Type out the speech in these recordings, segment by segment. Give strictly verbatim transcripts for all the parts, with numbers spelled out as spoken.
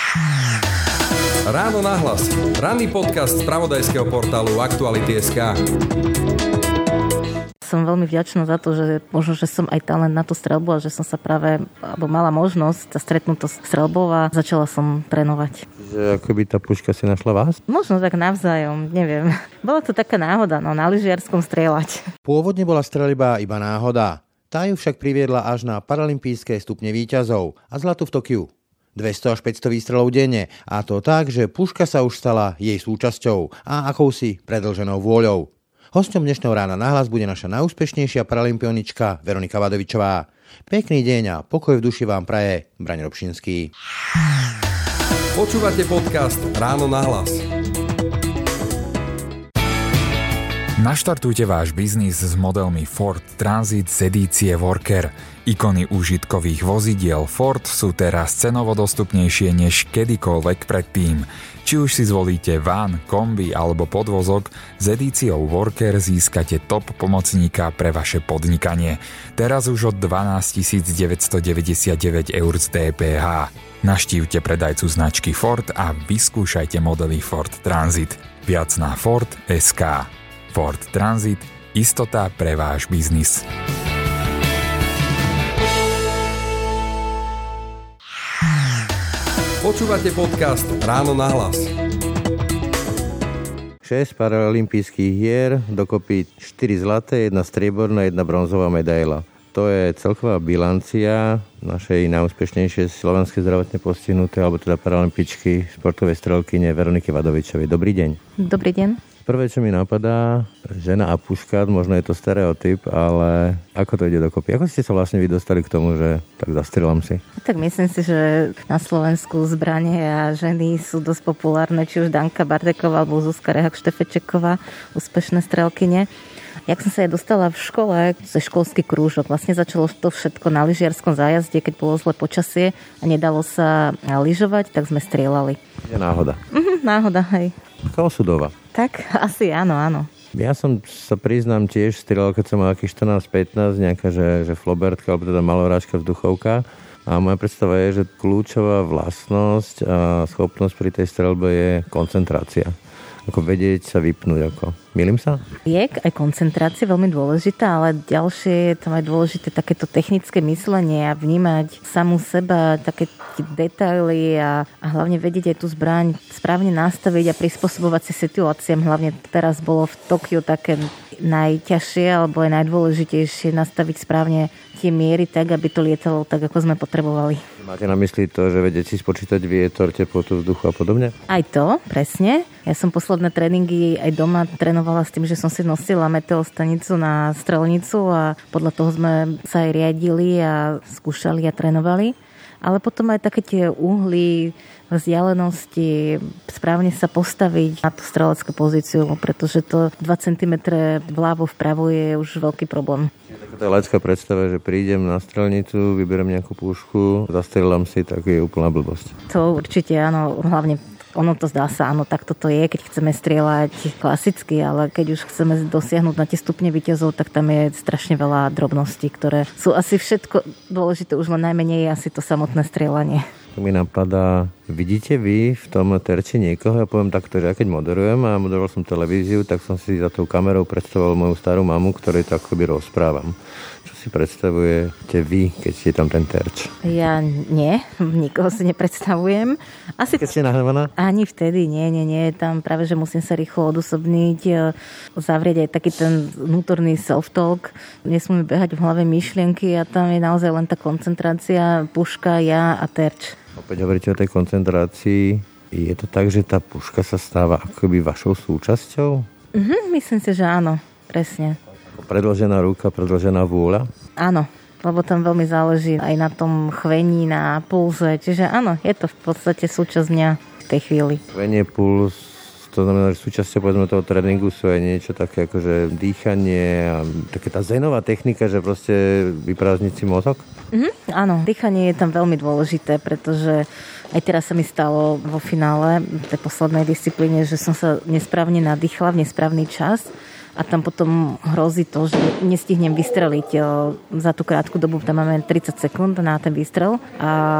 Ráno nahlas. Ranný podcast z spravodajského portálu Aktuality bodka es ká. Som veľmi vďačná za to, že možno, že som aj talent na tú streľbu a že som sa práve, alebo mala možnosť sa stretnúť s streľbou a začala som trénovať. Že akoby tá puška si našla vás? Možno tak navzájom, neviem. Bola to taká náhoda, no na lyžiarskom strieľať. Pôvodne bola streľba iba náhoda. Tá ju však priviedla až na paralympijské stupne víťazov a zlatu v Tokiu. dvesto až päťsto výstrelov denne a to tak, že puška sa už stala jej súčasťou a akousi predĺženou vôľou. Hosťom dnešného Rána nahlas bude naša najúspešnejšia paralympionička Veronika Vadovičová. Pekný deň a pokoj v duši vám praje Braň Robšinský. Počúvate podcast Ráno nahlas. Naštartujte váš biznis s modelmi Ford Transit z edície Worker. Ikony užitkových vozidiel Ford sú teraz cenovo dostupnejšie než kedykoľvek predtým. Či už si zvolíte van, kombi alebo podvozok, s edíciou Worker získate top pomocníka pre vaše podnikanie. Teraz už od dvanásťtisícdeväťstodeväťdesiatdeväť eur z dé pé há. Naštívte predajcu značky Ford a vyskúšajte modely Ford Transit. Viac na Ford bodka es ká. Ford Transit. Istota pre váš biznis. Počúvate podcast Ráno nahlas. šesť paralympijských hier, dokopy štyri zlaté, jedna strieborná, jedna bronzová medaila. To je celková bilancia našej najúspešnejšej slovenskej zdravotne postihnutej, alebo teda paralympičky, športovej strelkyne Veroniky Vadovičovej. Dobrý deň. Dobrý deň. Prvé, čo mi napadá, žena a puška, možno je to stereotyp, ale ako to ide dokopy? Ako ste sa vlastne vy dostali k tomu, že tak zastrieľam si? Tak myslím si, že na Slovensku zbrane a ženy sú dosť populárne, či už Danka Bardeková alebo Zuzka Rehak-Štefečeková, úspešné strelkyne. Jak som sa aj dostala v škole, cez školský krúžok, vlastne začalo to všetko na lyžiarskom zájazde, keď bolo zlé počasie a nedalo sa lyžovať, tak sme strieľali. Je náhoda. Mhm, náhoda, hej. Taká osudová. Tak, asi áno, áno. Ja som sa priznám tiež strieľal, keď som mal akých štrnásť pätnásť, nejaká, že, že flobertka, alebo teda malorážka vzduchovka. A moja predstava je, že kľúčová vlastnosť a schopnosť pri tej streľbe je koncentrácia. Ako vedieť sa vypnúť. Ako. Milím sa? Je aj koncentrácia veľmi dôležitá, ale ďalšie je tam aj dôležité takéto technické myslenie a vnímať samú seba, také detaily a, a hlavne vedieť aj tú zbraň správne nastaviť a prispôsobovať si situáciám. Hlavne teraz bolo v Tokiu také najťažšie alebo aj najdôležitejšie nastaviť správne tie miery tak, aby to lietalo tak, ako sme potrebovali. Máte na mysli to, že vedieť si spočítať vietor, teplotu vzduchu a podobne? Aj to, presne. Ja som posledné tréningy aj doma trénovala s tým, že som si nosila meteostanicu na strelnicu a podľa toho sme sa aj riadili a skúšali a trénovali. Ale potom aj také tie uhly, vzdialenosti, správne sa postaviť na tú streleckú pozíciu, pretože to dva centimetre vľavo vpravo je už veľký problém. Taká laická predstava, že prídem na strelnicu, vyberiem nejakú pušku, zastrelám si, tak je úplná blbosť. To určite áno, hlavne ono to zdá sa, áno, tak toto je, keď chceme strieľať klasicky, ale keď už chceme dosiahnuť na tie stupne víťazov, tak tam je strašne veľa drobností, ktoré sú asi všetko dôležité, už len najmenej je asi to samotné strieľanie. To mi napadá, vidíte vy v tom terči niekoho? Ja poviem takto, že ja keď moderujem a moderoval som televíziu, tak som si za tou kamerou predstavoval moju starú mamu, ktorej to akoby rozprávam. Čo si predstavujete vy, keď je tam ten terč? Ja nie, nikoho si nepredstavujem. Asi keď ste nahnevaná? Ani vtedy, nie, nie, nie. Tam práve, že musím sa rýchlo odosobniť, zavrieť aj taký ten vnútorný self-talk. Nesmú mi behať v hlave myšlienky a tam je naozaj len tá koncentrácia, puška, ja a terč. Opäť hovoríte o tej koncentrácii. Je to tak, že tá puška sa stáva akoby vašou súčasťou? Mhm, myslím si, že áno, presne. Predĺžená ruka, predĺžená vôľa? Áno, lebo tam veľmi záleží aj na tom chvení, na pulze. Čiže áno, je to v podstate súčasť mňa v tej chvíli. Chvenie, puls, to znamená, že súčasťou povedzme toho tréningu sú aj niečo také ako že dýchanie a také tá zenová technika, že proste vyprázdniť si mozog? Mhm, áno, dýchanie je tam veľmi dôležité, pretože aj teraz sa mi stalo vo finále tej poslednej disciplíne, že som sa nesprávne nadýchla v nesprávny čas a tam potom hrozí to, že nestihnem vystreliť za tú krátku dobu, tam máme tridsať sekúnd na ten výstrel a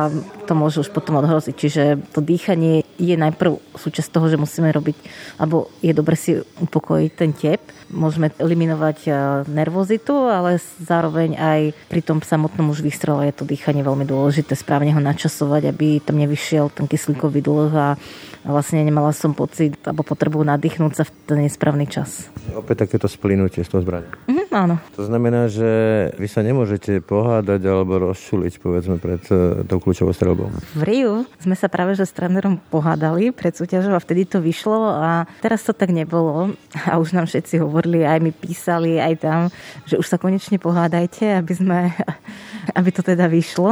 to môže už potom odhroziť. Čiže to dýchanie je najprv súčasť toho, že musíme robiť, alebo je dobre si upokojiť ten tep. Môžeme eliminovať nervozitu, ale zároveň aj pri tom samotnom už výstrele je to dýchanie veľmi dôležité, správne ho načasovať, aby tam nevyšiel ten kyslíkový dlh a vlastne nemala som pocit alebo potrebu nadýchnúť sa v ten nesprávny čas. Opäť takéto splynutie s tou zbraňou. Mhm, áno. To znamená, že vy sa nemôžete pohádať alebo rozčuliť, povedzme, pred tou kľúčovou streľbou. V Riu sme sa práve že s trénerom pohádali pred súťažou a vtedy to vyšlo a teraz to tak nebolo a už nám všetci hovorili, aj mi písali, aj tam, že už sa konečne pohádajte, aby sme, aby to teda vyšlo.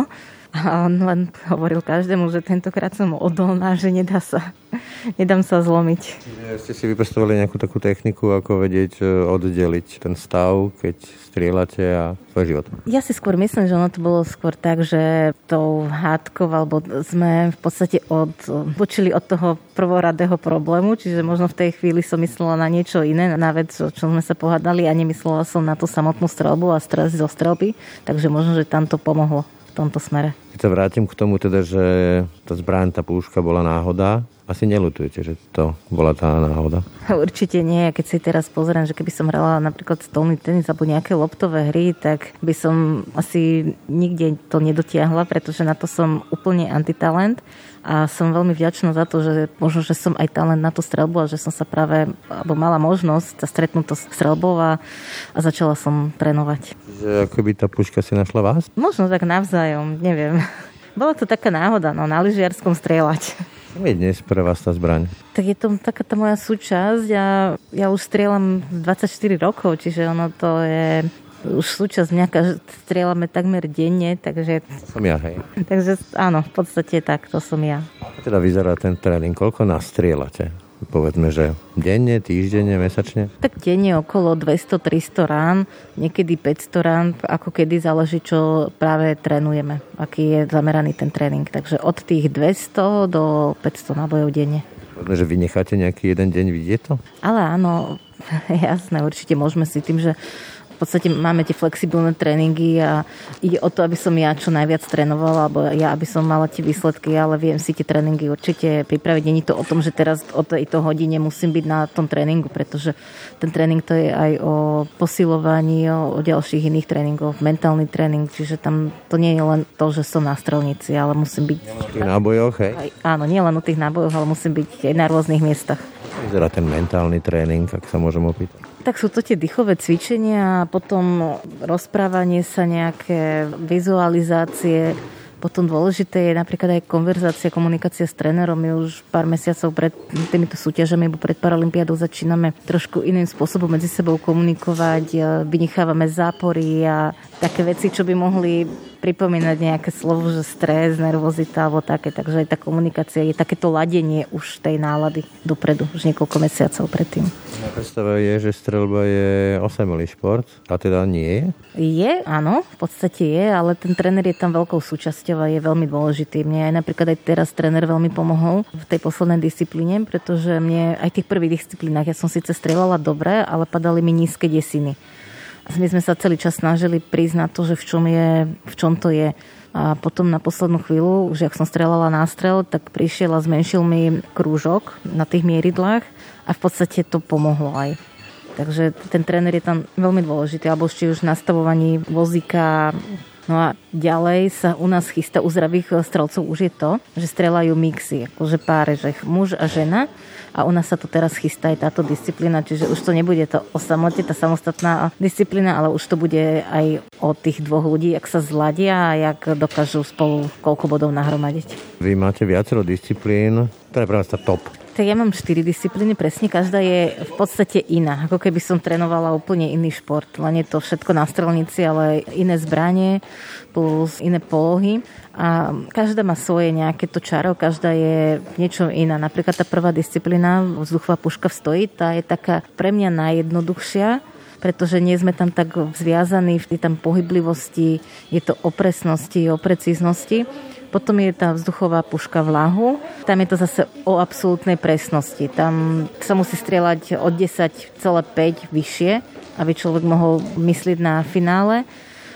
A on len hovoril každému, že tentokrát som odolná, že nedá sa, nedám sa zlomiť. Ste si vypestovali nejakú takú techniku, ako vedieť oddeliť ten stav, keď strieľate a svoj život? Ja si skôr myslím, že ono to bolo skôr tak, že tou hádkou, alebo sme v podstate odbočili od toho prvoradého problému, čiže možno v tej chvíli som myslela na niečo iné, na vec, čo sme sa pohádali a nemyslela som na tú samotnú streľbu a stres zo streľby, takže možno, že tam to pomohlo v tomto smere. Keď sa vrátim k tomu teda, že tá zbraň, tá púška bola náhoda, asi neľutujete, že to bola tá náhoda? Určite nie. Keď si teraz pozerám, že keby som hrala napríklad stolný tenis alebo nejaké loptové hry, tak by som asi nikde to nedotiahla, pretože na to som úplne antitalent. A som veľmi vďačná za to, že možno, že som aj talent na tú streľbu a že som sa práve, alebo mala možnosť sa stretnúť s streľbou a, a začala som trénovať. Že ako by tá puška si našla vás? Možno tak navzájom, neviem. Bola to taká náhoda, no, na lyžiarskom strieľať. Čím je dnes pre vás tá zbraň? Tak je to taká tá moja súčasť a ja už strieľam dvadsaťštyri rokov, čiže ono to je už súčasť mňa, strieľame takmer denne, takže... To som ja, hej. Takže áno, v podstate tak, to som ja. Ako teda vyzerá ten tréning? Koľko nastrieľate? Povedzme, že denne, týždenne, mesačne? Tak denne okolo dvesto tristo rán, niekedy päťsto rán, ako kedy záleží, čo práve trénujeme, aký je zameraný ten tréning. Takže od tých dvesto do päťsto nábojov denne. Povedzme, že vy necháte nejaký jeden deň vidieť to? Ale áno, jasné, určite môžeme si tým, že v podstate máme tie flexibilné tréningy a ide o to, aby som ja čo najviac trénovala, alebo ja, aby som mala tie výsledky, ale viem si tie tréningy určite pripraviť. Nie je to o tom, že teraz o tejto hodine musím byť na tom tréningu, pretože ten tréning to je aj o posilovaní, o, o ďalších iných tréningoch, mentálny tréning, čiže tam to nie je len to, že som na strelnici, ale musím byť... V tých nábojoch, hej? Aj, áno, nie len o tých nábojoch, ale musím byť aj na rôznych miestach. Vyzerá ten mentálny tréning, ak sa môžem opýtať? Tak sú to tie dýchové cvičenia a potom rozprávanie sa, nejaké vizualizácie. Potom dôležité je napríklad aj konverzácia, komunikácia s trénerom. My už pár mesiacov pred týmito súťažami, alebo pred Paralympiádou začíname trošku iným spôsobom medzi sebou komunikovať. Vynechávame zápory a také veci, čo by mohli pripomínať nejaké slovo, že stres, nervozita alebo také. Takže aj tá komunikácia je takéto ladenie už tej nálady dopredu, už niekoľko mesiacov predtým. Moja predstava je, že streľba je osamelý šport, a teda nie je? Je, áno, v podstate je, ale ten tréner je tam veľkou súčasťou a je veľmi dôležitý. Mne aj napríklad aj teraz tréner veľmi pomohol v tej poslednej disciplíne, pretože mne aj v tých prvých disciplínach ja som síce strieľala dobre, ale padali mi nízke desiny. My sme sa celý čas snažili prísť na to, že v čom, je, v čom to je. A potom na poslednú chvíľu, už ak som strieľala nástrel, tak prišiel a zmenšil mi krúžok na tých mieridlách a v podstate to pomohlo aj. Takže ten tréner je tam veľmi dôležitý, alebo či už v nastavovaní vozíka. No a ďalej sa u nás chystá, u zdravých strelcov už je to, že strieľajú mixy, akože páre, že muž a žena. A u nás sa to teraz chystá aj táto disciplína, čiže už to nebude to o samote, tá samostatná disciplína, ale už to bude aj o tých dvoch ľudí, ak sa zladia a jak dokážu spolu koľko bodov nahromadiť. Vy máte viacero disciplín, ktorá je pre vás tá top. Tak ja mám štyri disciplíny, presne každá je v podstate iná, ako keby som trénovala úplne iný šport. Len je to všetko na strelnici, ale iné zbranie plus iné polohy. A každá má svoje nejaké to čaro, každá je niečo iná. Napríklad tá prvá disciplína, vzduchová puška v stoji, tá je taká pre mňa najjednoduchšia, pretože nie sme tam tak zviazaní v tej tam pohyblivosti, je to o presnosti, o precíznosti. Potom je tá vzduchová puška v lahu. Tam je to zase o absolútnej presnosti. Tam sa musí strieľať od desať celá päť vyššie, aby človek mohol myslieť na finále.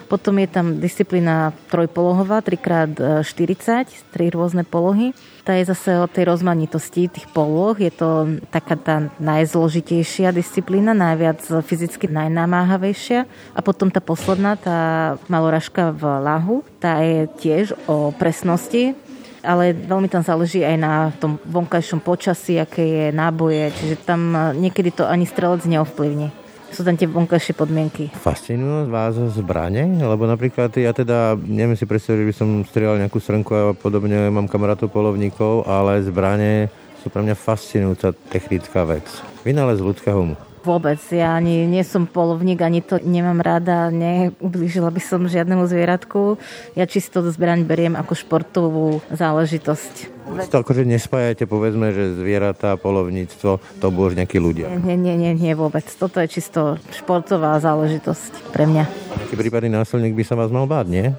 Potom je tam disciplína trojpolohová, tri krát štyridsať, tri rôzne polohy. Tá je zase o tej rozmanitosti tých polôh. Je to taká tá najzložitejšia disciplína, najviac fyzicky najnamáhavejšia. A potom tá posledná, tá maloražka v lahu, tá je tiež o presnosti, ale veľmi tam záleží aj na tom vonkajšom počasí, aké je náboje, čiže tam niekedy to ani strelec neovplyvní. Sú tam tie vonkajšie podmienky. Fascinujú vás zbrane? Lebo napríklad ja teda neviem si predstaviť, že by som strieľal nejakú srnku a podobne, mám kamarátov polovníkov, ale zbrane sú pre mňa fascinujúca technická vec. Vynález ľudského umu. Vôbec. Ja ani nie som polovník, ani to nemám rada, neublížila by som žiadnemu zvieratku. Ja čisto zbraň beriem ako športovú záležitosť. To akože nespájate, povedzme, že zvieratá, polovníctvo, to bolo už nejakí ľudia. Nie, nie, nie, nie vôbec. Toto je čisto športová záležitosť pre mňa. Aký prípadný násilník by sa vás mal báť, nie?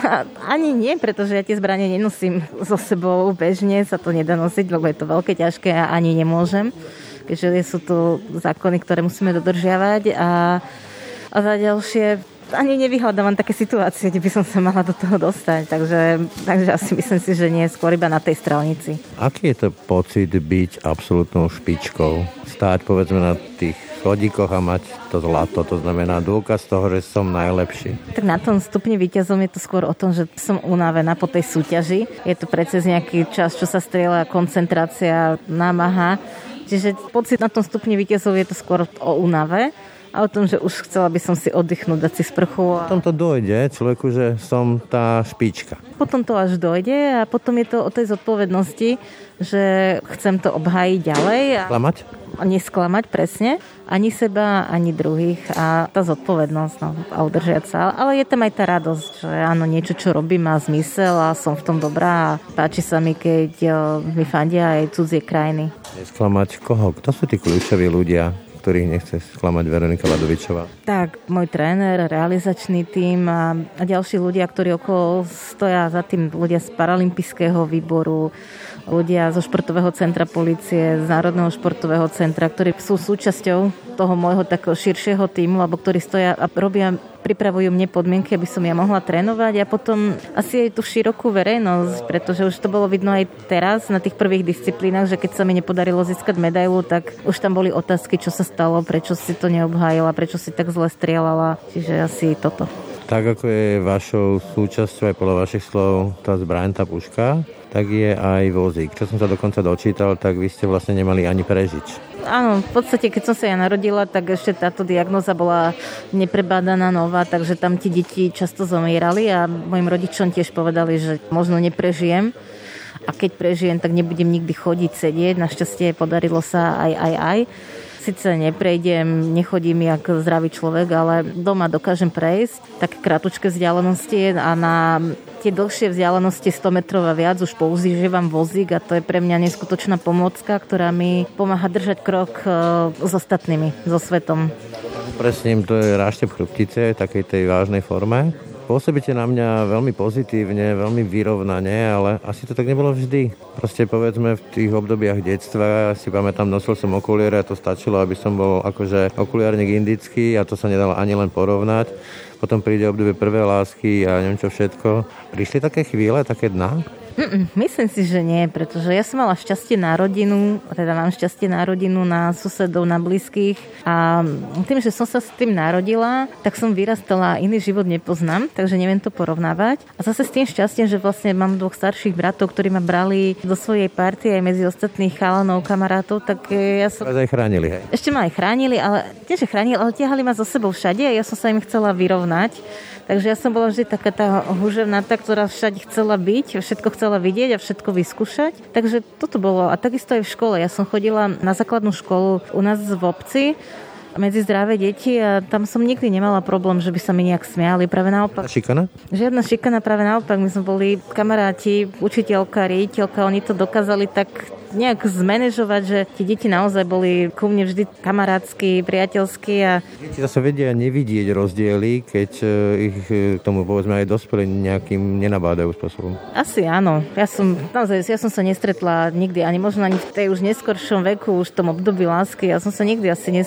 Ani nie, pretože ja tie zbrane nenosím so sebou bežne, sa to nedá nosiť, lebo je to veľké, ťažké a ani nemôžem, keďže sú tu zákony, ktoré musíme dodržiavať a, a za ďalšie ani nevyhľadávam také situácie, kde by som sa mala do toho dostať, takže, takže asi myslím si, že nie, skôr iba na tej strelnici. Aký je to pocit byť absolútnou špičkou? Stáť povedzme na tých schodíkoch a mať to zlato, to znamená dôkaz toho, že som najlepší. Tak na tom stupni víťazom je to skôr o tom, že som unavená po tej súťaži. Je to predsa nejaký čas, čo sa strieľa, koncentrácia, námaha. Čiže pocit na tom stupni víťazov je to skôr o únave a o tom, že už chcela by som si oddychnúť, dať si sprchu. A... Potom to dojde človeku, že som tá špička. Potom to až dojde a potom je to o tej zodpovednosti, že chcem to obhájiť ďalej. A... Sklamať? A nesklamať, presne. Ani seba, ani druhých. A tá zodpovednosť, no, a udržiať sa. Ale je tam aj tá radosť, že áno, niečo, čo robím, má zmysel a som v tom dobrá a páči sa mi, keď mi fandia aj cudzie krajiny. Nesklamať koho? Kto sú tí kľúčoví ľudia, ktorých nechce sklamať Veronika Ladovičová? Tak, môj tréner, realizačný tím a, a ďalší ľudia, ktorí okolo stoja za tým, ľudia z Paralympijského výboru, ľudia zo športového centra polície, z Národného športového centra, ktorí sú súčasťou toho môjho takého širšieho tímu, alebo ktorí stoja a robia, pripravujú mne podmienky, aby som ja mohla trénovať a potom asi aj tú širokú verejnosť, pretože už to bolo vidno aj teraz na tých prvých disciplínach, že keď sa mi nepodarilo získať medailu, tak už tam boli otázky, čo sa stalo, prečo si to neobhájila, prečo si tak zle strieľala, čiže asi toto. Tak ako je vašou súčasťou aj podľa vašich slov tá zbraň, tá puška, tak je aj vozík. Čo som sa dokonca dočítal, tak vy ste vlastne nemali ani prežič. Áno, v podstate, keď som sa ja narodila, tak ešte táto diagnóza bola neprebádaná nová, takže tam tie deti často zomierali a mojim rodičom tiež povedali, že možno neprežijem. A keď prežijem, tak nebudem nikdy chodiť, sedieť. Našťastie podarilo sa aj, aj, aj. Sice neprejdem, nechodím jak zdravý človek, ale doma dokážem prejsť také kratučké vzdialenosti a na tie dlhšie vzdialenosti sto metrov a viac už používam vozík a to je pre mňa neskutočná pomôcka, ktorá mi pomáha držať krok s ostatnými, so svetom. Presne, to je ráštep chrbtice, takej tej vážnej forme. Pôsobíte na mňa veľmi pozitívne, veľmi vyrovnane, ale asi to tak nebolo vždy. Proste povedzme v tých obdobiach detstva, si pamätám, nosil som okuliare a to stačilo, aby som bol akože okuliarník indický a to sa nedalo ani len porovnať. Potom príde obdobie prvé lásky a neviem čo všetko. Prišli také chvíle, také dna? Mm-mm, myslím si, že nie, pretože ja som mala šťastie na rodinu, teda mám šťastie na rodinu, na susedov, na blízkych a tým, že som sa s tým narodila, tak som vyrastala, iný život nepoznám, takže neviem to porovnávať. A zase s tým šťastím, že vlastne mám dvoch starších bratov, ktorí ma brali do svojej party aj medzi ostatných chalanov, kamarátov, tak ja som... Vás aj chránili, hej? Ešte ma aj chránili, ale nie, že chránili, ale tiahali ma so sebou všade a ja som sa im chcela vyrovnať. Takže ja som bola vždy taká tá huževnatá, ktorá všade chcela byť, všetko chcela vidieť a všetko vyskúšať. Takže toto bolo. A takisto aj v škole. Ja som chodila na základnú školu u nás v obci medzi zdravé deti a tam som nikdy nemala problém, že by sa mi nejak smiali. Práve naopak. A šikana? Žiadna šikana, práve naopak. My sme boli kamaráti, učiteľka, riaditeľka, oni to dokázali tak nejak zmanéžovať, že tie deti naozaj boli ku mne vždy kamarátsky, priateľskí. A... Deti zase vedia nevidieť rozdiely, keď ich k tomu povedzme aj dospelí nejakým nenabádajú spôsobom. Asi áno. Ja som, naozaj, ja som sa nestretla nikdy, ani možno ani v tej už neskoršom veku, už v tom období lásky, ja som sa nikdy asi nestretla s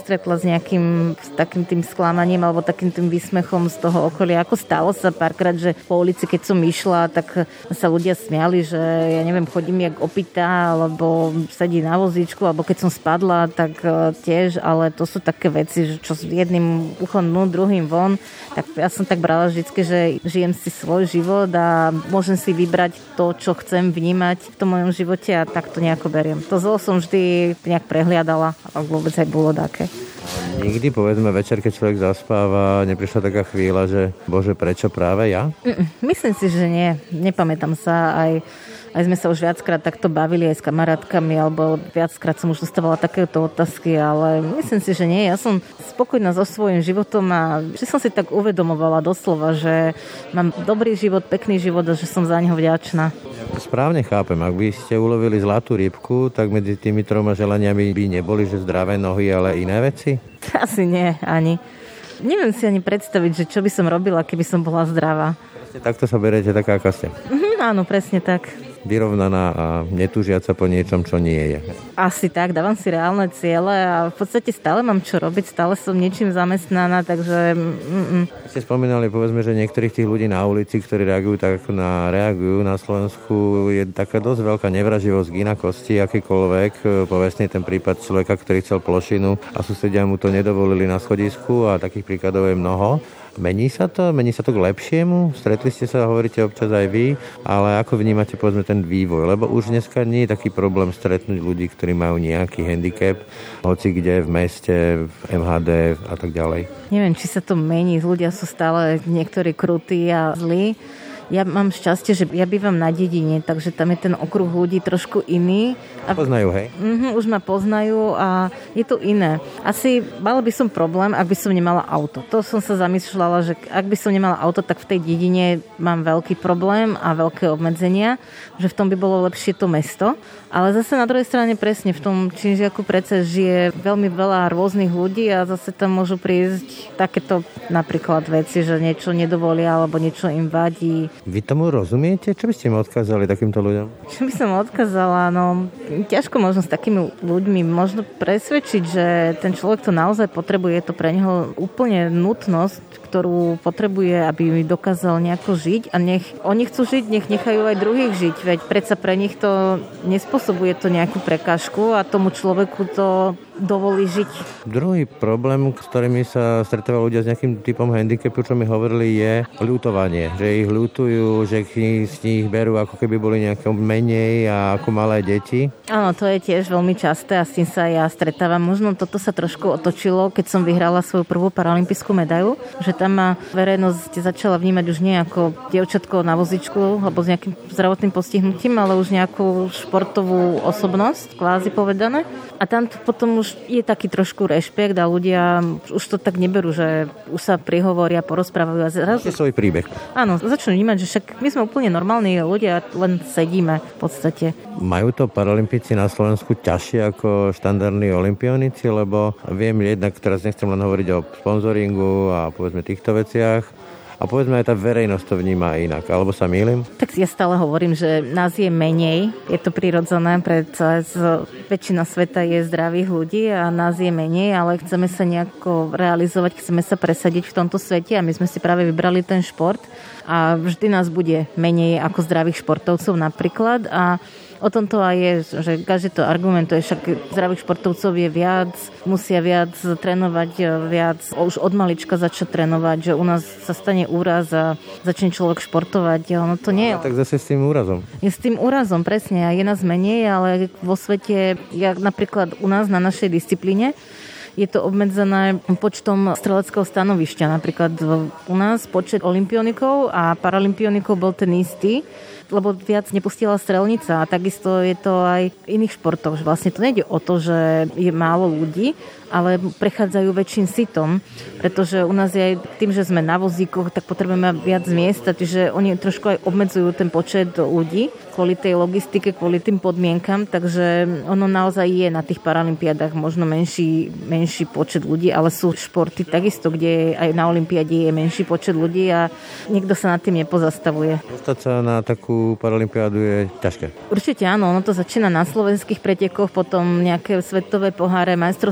nejakým takým tým sklamaním alebo takým tým výsmechom z toho okolia. Ako stalo sa párkrát, že po ulici, keď som išla, tak sa ľudia smiali, že ja neviem, chodím jak opitá, alebo sedí na vozíčku, alebo keď som spadla, tak tiež, ale to sú také veci, že čo s jedným uchom dnu, druhým von. Tak ja som tak brala vždycky, že žijem si svoj život a môžem si vybrať to, čo chcem vnímať v tom mojom živote a tak to nejako beriem. To zlo som vždy nejak prehliadala a vôbec aj bolo také. Nikdy, povedzme, večer, keď človek zaspáva, neprišla taká chvíľa, že bože, prečo práve ja? Myslím si, že nie. Nepamätám sa. Aj, aj sme sa už viackrát takto bavili aj s kamarátkami, alebo viackrát som už dostávala takéto otázky, ale myslím si, že nie. Ja som spokojná so svojím životom a že som si tak uvedomovala doslova, že mám dobrý život, pekný život a že som za neho vďačná. Ja to správne chápem. Ak by ste ulovili zlatú rybku, tak medzi tými troma želaniami by neboli, že zdravé nohy, ale iné veci? Asi nie, ani. Neviem si ani predstaviť, že čo by som robila, keby som bola zdravá. Presne takto sa beriete taká, aká ste. Mhm, áno, presne tak. Vyrovnaná a netúžiaca po niečom, čo nie je. Asi tak, dávam si reálne ciele a v podstate stále mám čo robiť, stále som niečím zamestnaná, takže... Mm-mm. Ste spomínali, povedzme, že niektorých tých ľudí na ulici, ktorí reagujú tak, ako na, reagujú na Slovensku, je taká dosť veľká nevraživosť k inakosti, akýkoľvek. Povedzme ten prípad človeka, ktorý chcel plošinu a susedia mu to nedovolili na schodisku a takých príkladov je mnoho. Mení sa to? Mení sa to k lepšiemu? Stretli ste sa, hovoríte občas aj vy, ale ako vnímate, povedzme, ten vývoj? Lebo už dneska nie je taký problém stretnúť ľudí, ktorí majú nejaký handicap, hoci kde, v meste, v em há dé a tak ďalej. Neviem, či sa to mení. Ľudia sú stále niektorí krutí a zlí. Ja mám šťastie, že ja bývam na dedine, takže tam je ten okruh ľudí trošku iný. A... Poznajú, hej? Mhm, už ma poznajú a je to iné. Asi mala by som problém, ak by som nemala auto. To som sa zamýšľala, že ak by som nemala auto, tak v tej dedine mám veľký problém a veľké obmedzenia, že v tom by bolo lepšie to mesto. Ale zase na druhej strane presne v tom Činžiaku predsa žije veľmi veľa rôznych ľudí a zase tam môžu prísť takéto napríklad veci, že niečo nedovolia alebo niečo im vadí. Vy tomu rozumiete? Čo by ste im odkázali takýmto ľuďom? Čo by som odkázala? No, ťažko možno s takými ľuďmi možno presvedčiť, že ten človek to naozaj potrebuje, je to pre neho úplne nutnosť, ktorú potrebuje, aby dokázal nejako žiť a nech oni chcú žiť, nech nechajú aj druhých žiť, veď predsa pre nich to nespôsobuje to nejakú prekážku a tomu človeku to dovolí žiť. Druhý problém, s ktorými sa stretávajú ľudia s nejakým typom handicapu, čo mi hovorili, je ľutovanie. Že ich ľutujú, že z nich berú, ako keby boli nejaké menej a ako malé deti. Áno, to je tiež veľmi časté a s tým sa ja stretávam. Možno toto sa trošku otočilo, keď som vyhrala svoju prvú paralympijskú medailu, že tam ma verejnosť začala vnímať už nie ako dievčatko na vozičku alebo s nejakým zdravotným postihnutím, ale už nejakú športovú osobnosť, kvázi povedané. A tam potom už je taký trošku rešpekt a ľudia už to tak neberú, že už sa prihovoria, porozprávajú a zrazu... Je svoj príbeh. Áno, začnú vnímať, že však my sme úplne normálni ľudia, len sedíme v podstate. Majú to paralympíci na Slovensku ťažšie ako štandardní olympionici, lebo viem jednak, teraz nechcem len hovoriť o sponzoringu a povedzme týchto veciach, a povedzme aj tá verejnosť to vníma inak, alebo sa mýlim? Tak ja stále hovorím, že nás je menej, je to prirodzené, pretože väčšina sveta je zdravých ľudí a nás je menej, ale chceme sa nejako realizovať, chceme sa presadiť v tomto svete a my sme si práve vybrali ten šport a vždy nás bude menej ako zdravých športovcov napríklad a o tom to aj je, že každý to argumentuje, však zdravých športovcov je viac, musia viac trénovať, viac, už od malička začať trénovať, že u nás sa stane úraz a začne človek športovať. No to nie je. A tak zase s tým úrazom. Je s tým úrazom, presne. A je nás menej, ale vo svete, jak napríklad u nás na našej disciplíne, je to obmedzené počtom streleckého stanovišťa. Napríklad u nás počet olympionikov a paralympionikov bol ten istý, lebo viac nepustila strelnica a takisto je to aj v iných športoch. Vlastne to nejde o to, že je málo ľudí, ale prechádzajú väčším sitom, pretože u nás je aj tým, že sme na vozíkoch, tak potrebujeme viac miesta, čiže oni trošku aj obmedzujú ten počet ľudí kvôli tej logistike, kvôli tým podmienkam, takže ono naozaj je na tých paralympiádach možno menší, menší počet ľudí, ale sú športy takisto, kde aj na olympiáde je menší počet ľudí a nikto sa nad tým nepozastavuje. Dostať sa na takú paralympiádu je ťažké. Určite áno, ono to začína na slovenských pretekoch, potom nejaké svetové poháre, majstrovstvá Európy,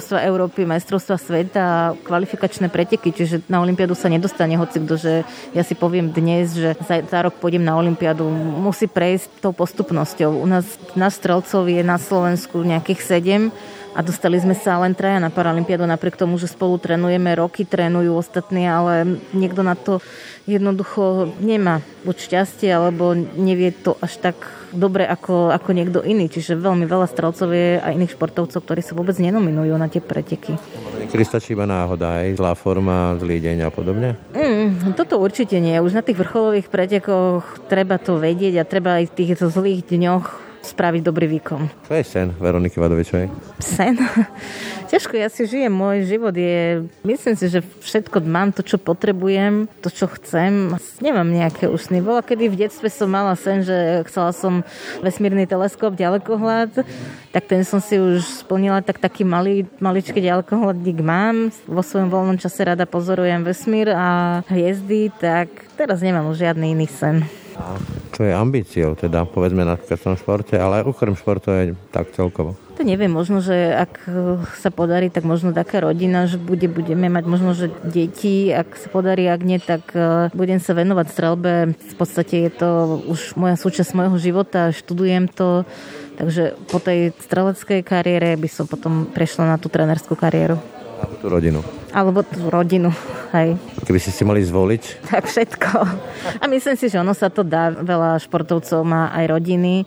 Európy, majstrovstva sveta, kvalifikačné preteky, čiže na olympiádu sa nedostane hocikto, že ja si poviem dnes, že za, za rok pôjdem na olympiádu. Musí prejsť tou postupnosťou. U nás na strelcov je na Slovensku nejakých sedem a dostali sme sa len traja na Paralympiádu, napriek tomu, že spolu trénujeme, roky trénujú ostatní, ale niekto na to jednoducho nemá buď šťastie, alebo nevie to až tak dobre ako, ako niekto iný. Čiže veľmi veľa strelcov je a iných športovcov, ktorí sa vôbec nenominujú na tie preteky. Niekedy stačí iba náhoda, aj zlá forma, zlý deň a podobne? Mm, toto určite nie. Už na tých vrcholových pretekoch treba to vedieť a treba aj v týchto zlých dňoch spraviť dobrý výkon. Čo je sen Veroniky Vadovičovej? Sen? Ťažko, ja si žijem. Môj život je... Myslím si, že všetko mám, to, čo potrebujem, to, čo chcem. Nemám nejaké už sny. Bola, kedy v detstve som mala sen, že chcela som vesmírny teleskop, ďalekohľad, tak ten som si už splnila, tak taký malý, maličký ďalekohľadník mám. Vo svojom voľnom čase rada pozorujem vesmír a hviezdy, tak teraz nemám už žiadny iný sen. A čo je ambíciou, teda povedzme na v športe, ale aj okrem športu je tak celkovo? To neviem, možno, že ak sa podarí, tak možno taká rodina, že bude, budeme mať možno, že deti, ak sa podarí, ak nie, tak budem sa venovať streľbe. V podstate je to už moja súčasť môjho života, študujem to, takže po tej streleckej kariére by som potom prešla na tú trénerskú kariéru. Alebo tú rodinu. Alebo tú rodinu, hej. Keby ste si mali zvoliť? Tak všetko. A myslím si, že ono sa to dá. Veľa športovcov má aj rodiny.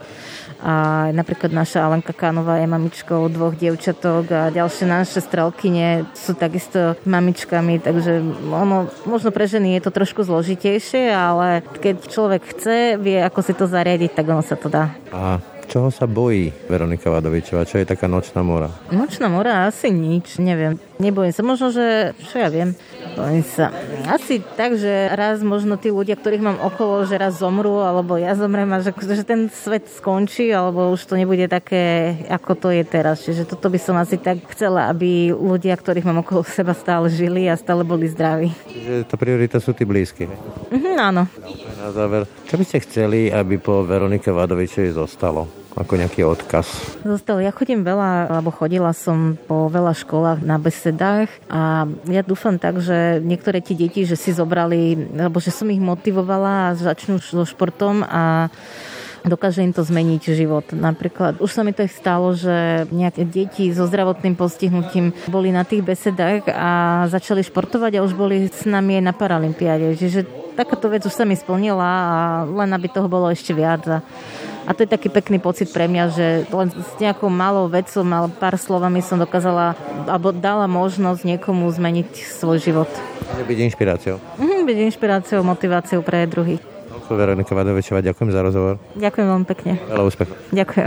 A napríklad naša Alenka Kánová je mamičkou dvoch dievčatok a ďalšie naše strelkyne sú takisto mamičkami, takže ono, možno pre ženy je to trošku zložitejšie, ale keď človek chce, vie, ako si to zariadiť, tak ono sa to dá. A čoho sa bojí Veronika Vadovičová? Čo je taká nočná mora? Nočná mora? Asi nič, neviem. Nebojím sa. Možno, že... Čo ja viem? Bojím sa. Asi tak, že raz možno tí ľudia, ktorých mám okolo, že raz zomrú, alebo ja zomrem a že, že ten svet skončí, alebo už to nebude také, ako to je teraz. Čiže toto by som asi tak chcela, aby ľudia, ktorých mám okolo seba, stále žili a stále boli zdraví. Čiže tá priorita sú tí blízky. Mhm, áno. Na záver, čo by ste chceli, aby po Veronike Vadovičovej zostalo? Ako nejaký odkaz? Zostal. Ja chodím veľa, alebo chodila som po veľa školách na besedách a ja dúfam tak, že niektoré tie deti, že si zobrali, alebo že som ich motivovala a začnú so športom a dokáže im to zmeniť život. Napríklad, už sa mi to stalo, že nejaké deti so zdravotným postihnutím boli na tých besedách a začali športovať a už boli s nami aj na Paralympiáde. Čiže takáto vec už sa mi splnila a len aby toho bolo ešte viac. A A to je taký pekný pocit pre mňa, že len s nejakou malou vecou, mal pár slovami som dokázala, alebo dala možnosť niekomu zmeniť svoj život. Byť inšpiráciou. Mhm, byť inšpiráciou, motiváciou pre druhých. Veronika Vadovičová, ďakujem za rozhovor. Ďakujem veľmi pekne. Veľa úspechov. Ďakujem.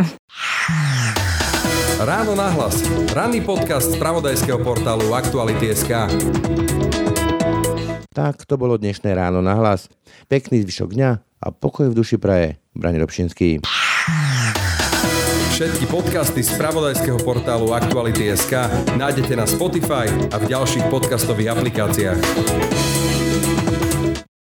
Ráno nahlas. Ranný podcast z spravodajského portálu Aktuality bodka es ká. Tak to bolo dnešné Ráno nahlas. Pekný zvyšok dňa a pokoj v duši praje Braň Robšinský. Všetky podcasty z spravodajského portálu Aktuality bodka es ká nájdete na Spotify a v ďalších podcastových aplikáciách.